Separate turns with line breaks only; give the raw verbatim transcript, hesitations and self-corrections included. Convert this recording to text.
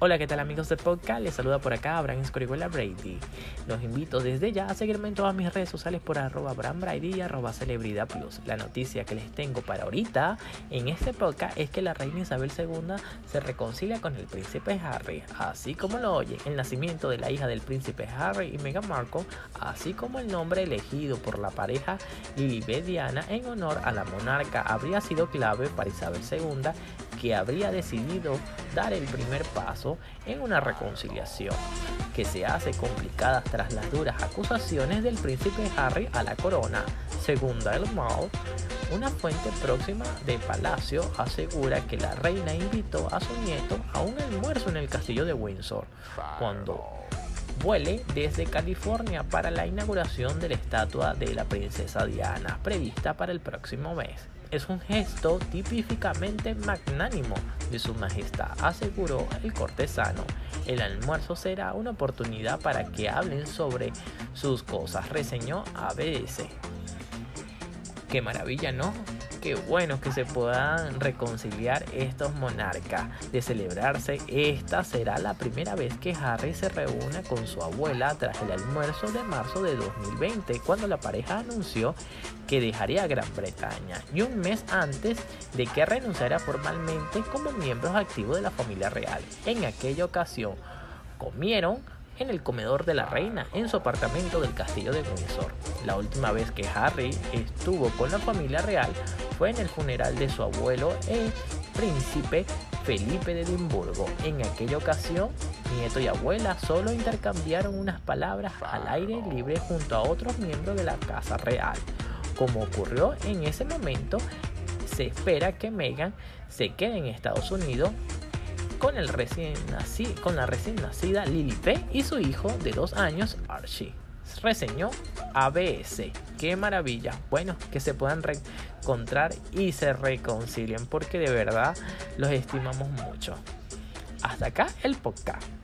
Hola, ¿qué tal amigos del podcast? Les saluda por acá Abraham Escorihuela Brady. Los invito desde ya a seguirme en todas mis redes sociales por arroba Abraham Brady y arroba Celebridad Plus. La noticia que les tengo para ahorita en este podcast es que la reina Isabel segunda se reconcilia con el príncipe Harry. Así como lo oyen, el nacimiento de la hija del príncipe Harry y Meghan Markle, así como el nombre elegido por la pareja Lilibet Diana en honor a la monarca, habría sido clave para Isabel segunda, que habría decidido dar el primer paso en una reconciliación que se hace complicada tras las duras acusaciones del príncipe Harry a la corona. Según Daily Mail, una fuente próxima de Palacio asegura que la reina invitó a su nieto a un almuerzo en el castillo de Windsor cuando vuele desde California para la inauguración de la estatua de la princesa Diana prevista para el próximo mes. Es un gesto típicamente magnánimo de su majestad, aseguró el cortesano. El almuerzo será una oportunidad para que hablen sobre sus cosas, reseñó A B C. Qué maravilla, ¿no? Qué bueno que se puedan reconciliar estos monarcas. De celebrarse, esta será la primera vez que Harry se reúne con su abuela tras el almuerzo de marzo de dos mil veinte, cuando la pareja anunció que dejaría Gran Bretaña, y un mes antes de que renunciara formalmente como miembro activo de la familia real. En aquella ocasión, comieron en el comedor de la reina en su apartamento del castillo de Windsor. La última vez que Harry estuvo con la familia real fue en el funeral de su abuelo, el príncipe Felipe de Edimburgo. En aquella ocasión, nieto y abuela solo intercambiaron unas palabras al aire libre junto a otros miembros de la casa real. Como ocurrió en ese momento, se espera que Meghan se quede en Estados Unidos con, el recién nacido, con la recién nacida Lilibet y su hijo de dos años, Archie. Reseñó A B C. ¡Qué maravilla! Bueno, que se puedan reencontrar y se reconcilien, porque de verdad los estimamos mucho. Hasta acá el podcast.